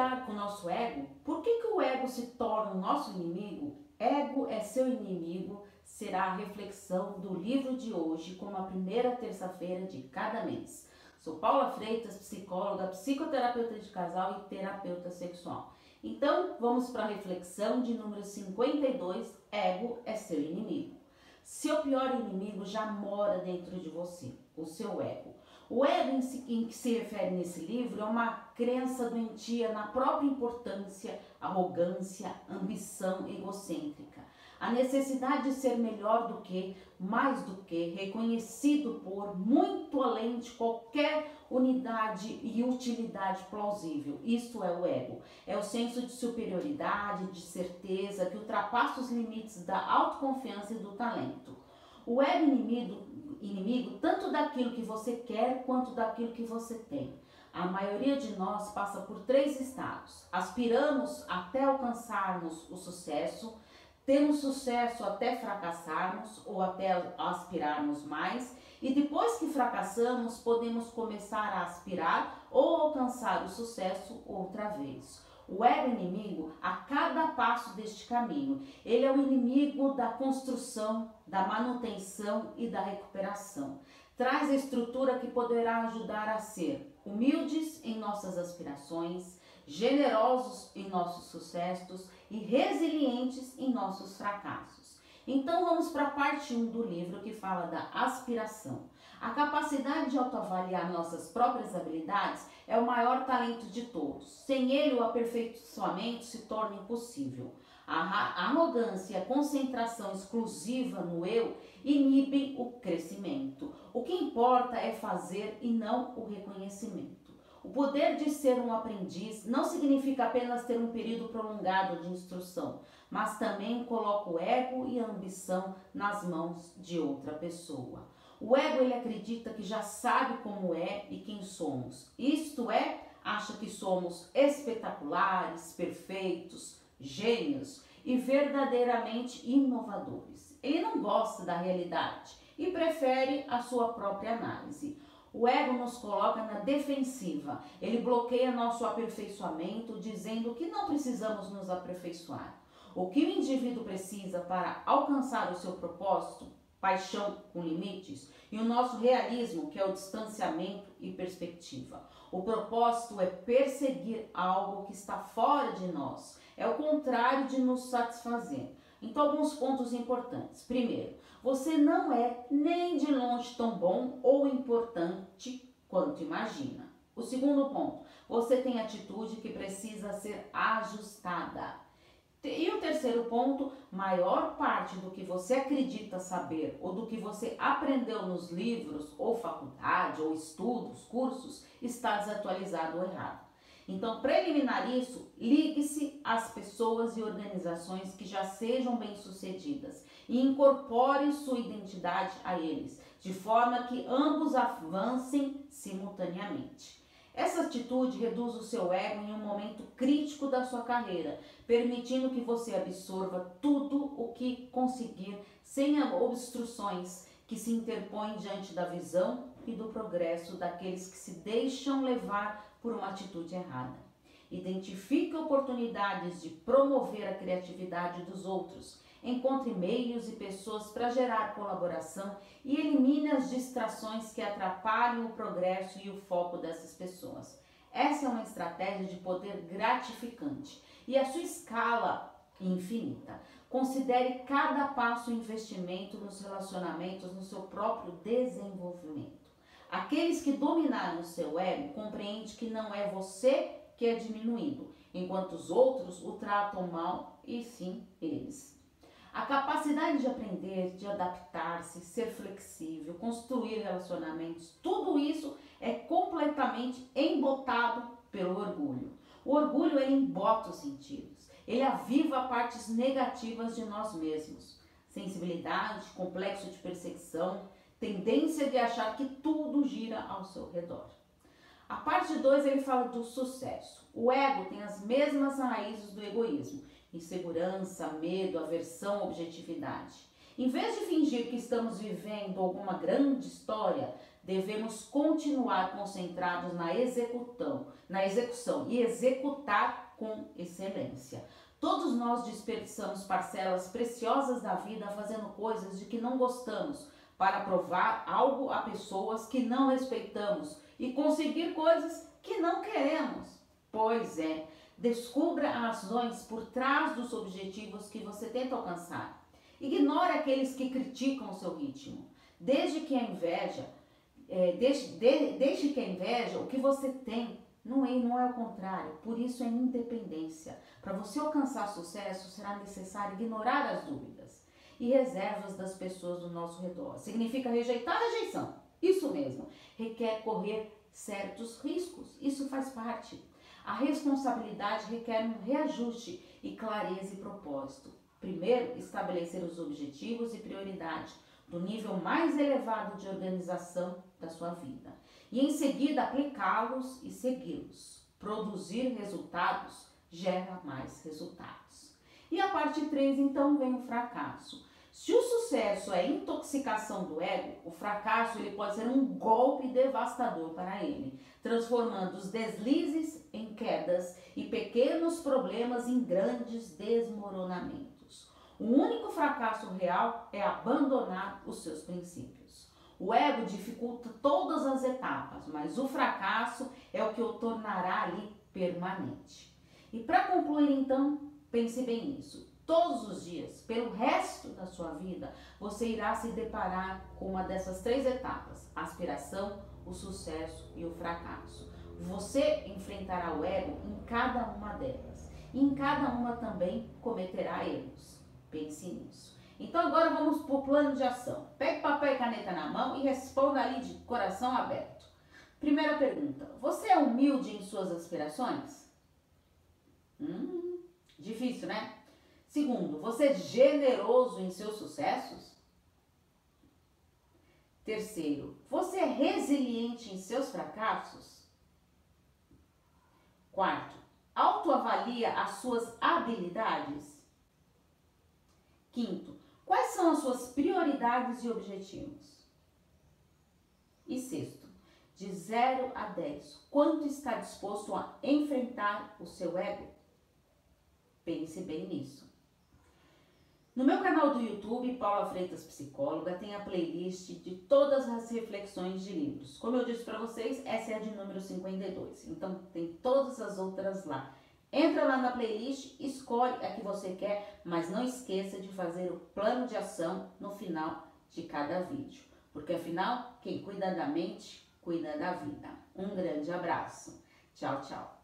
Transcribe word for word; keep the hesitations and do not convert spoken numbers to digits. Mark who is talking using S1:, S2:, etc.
S1: lidar com o nosso ego? Por que que o ego se torna o nosso inimigo? Ego é seu inimigo será a reflexão do livro de hoje, como a primeira terça-feira de cada mês. Sou Paula Freitas, psicóloga, psicoterapeuta de casal e terapeuta sexual. Então, vamos para a reflexão de número cinquenta e dois, ego é seu inimigo. Seu pior inimigo já mora dentro de você, o seu ego. O ego em, si, em que se refere nesse livro é uma crença doentia na própria importância, arrogância, ambição egocêntrica. A necessidade de ser melhor do que, mais do que, reconhecido por, muito além de qualquer unidade e utilidade plausível. Isto é o ego. É o senso de superioridade, de certeza, que ultrapassa os limites da autoconfiança e do talento. O ego inimigo, inimigo tanto daquilo que você quer quanto daquilo que você tem. A maioria de nós passa por três estados. Aspiramos até alcançarmos o sucesso, temos sucesso até fracassarmos ou até aspirarmos mais, e depois que fracassamos podemos começar a aspirar ou alcançar o sucesso outra vez. O ego inimigo a cada passo deste caminho. Ele é o inimigo da construção, da manutenção e da recuperação. Traz a estrutura que poderá ajudar a ser humildes em nossas aspirações, generosos em nossos sucessos e resilientes em nossos fracassos. Então vamos para a parte um do livro que fala da aspiração. A capacidade de autoavaliar nossas próprias habilidades é o maior talento de todos. Sem ele, o aperfeiçoamento se torna impossível. A arrogância e a concentração exclusiva no eu inibem o crescimento. O que importa é fazer e não o reconhecimento. O poder de ser um aprendiz não significa apenas ter um período prolongado de instrução, mas também coloca o ego e a ambição nas mãos de outra pessoa. O ego, ele acredita que já sabe como é e quem somos. Isto é, acha que somos espetaculares, perfeitos, gênios e verdadeiramente inovadores. Ele não gosta da realidade e prefere a sua própria análise. O ego nos coloca na defensiva. Ele bloqueia nosso aperfeiçoamento, dizendo que não precisamos nos aperfeiçoar. O que o indivíduo precisa para alcançar o seu propósito, paixão com limites, e o nosso realismo, que é o distanciamento e perspectiva. O propósito é perseguir algo que está fora de nós. É o contrário de nos satisfazer. Então, alguns pontos importantes. Primeiro, você não é nem de longe tão bom ou importante quanto imagina. O segundo ponto, você tem atitude que precisa ser ajustada. E o terceiro ponto, maior parte do que você acredita saber ou do que você aprendeu nos livros ou faculdade ou estudos, cursos, está desatualizado ou errado. Então, para eliminar isso, ligue-se às pessoas e organizações que já sejam bem-sucedidas e incorpore sua identidade a eles, de forma que ambos avancem simultaneamente. Essa atitude reduz o seu ego em um momento crítico da sua carreira, permitindo que você absorva tudo o que conseguir sem obstruções que se interpõem diante da visão e do progresso daqueles que se deixam levar por uma atitude errada. Identifique oportunidades de promover a criatividade dos outros. Encontre meios e pessoas para gerar colaboração e elimine as distrações que atrapalham o progresso e o foco dessas pessoas. Essa é uma estratégia de poder gratificante e a sua escala infinita. Considere cada passo um investimento nos relacionamentos, no seu próprio desenvolvimento. Aqueles que dominaram o seu ego compreendem que não é você que é diminuído, enquanto os outros o tratam mal e sim eles. A capacidade de aprender, de adaptar-se, ser flexível, construir relacionamentos, tudo isso é completamente embotado pelo orgulho. O orgulho, ele embota os sentidos, ele aviva partes negativas de nós mesmos. Sensibilidade, complexo de perseguição, tendência de achar que tudo gira ao seu redor. A parte dois, ele fala do sucesso. O ego tem as mesmas raízes do egoísmo. Insegurança, medo, aversão, objetividade. Em vez de fingir que estamos vivendo alguma grande história, devemos continuar concentrados na execução, na execução e executar com excelência. Todos nós desperdiçamos parcelas preciosas da vida fazendo coisas de que não gostamos, para provar algo a pessoas que não respeitamos e conseguir coisas que não queremos. Pois é, descubra as razões por trás dos objetivos que você tenta alcançar. Ignore aqueles que criticam o seu ritmo. Desde que a inveja, é, deixe, de, deixe que a inveja, o que você tem, não é, não é o contrário. Por isso é independência. Para você alcançar sucesso, será necessário ignorar as dúvidas e reservas das pessoas do nosso redor. Significa rejeitar a rejeição. Isso mesmo. Requer correr certos riscos. Isso faz parte. A responsabilidade requer um reajuste e clareza e propósito. Primeiro, estabelecer os objetivos e prioridades do nível mais elevado de organização da sua vida. E em seguida, aplicá-los e segui-los. Produzir resultados gera mais resultados. E a parte três, então, vem o fracasso. Se o sucesso é intoxicação do ego, o fracasso ele pode ser um golpe devastador para ele, transformando os deslizes em quedas e pequenos problemas em grandes desmoronamentos. O único fracasso real é abandonar os seus princípios. O ego dificulta todas as etapas, mas o fracasso é o que o tornará ali permanente. E para concluir, então, pense bem nisso. Todos os dias, pelo resto da sua vida, você irá se deparar com uma dessas três etapas: a aspiração, o sucesso e o fracasso. Você enfrentará o ego em cada uma delas. E em cada uma também cometerá erros. Pense nisso. Então agora vamos para o plano de ação. Pegue papel e caneta na mão e responda ali de coração aberto. Primeira pergunta: você é humilde em suas aspirações? Hum, difícil, né? Segundo, você é generoso em seus sucessos? Terceiro, você é resiliente em seus fracassos? Quarto, autoavalia as suas habilidades? Quinto, quais são as suas prioridades e objetivos? E sexto, de zero a dez, quanto está disposto a enfrentar o seu ego? Pense bem nisso. No meu canal do YouTube, Paula Freitas Psicóloga, tem a playlist de todas as reflexões de livros. Como eu disse para vocês, essa é a de número cinquenta e dois. Então, tem todas as outras lá. Entra lá na playlist, escolhe a que você quer, mas não esqueça de fazer o plano de ação no final de cada vídeo. Porque, afinal, quem cuida da mente, cuida da vida. Um grande abraço. Tchau, tchau.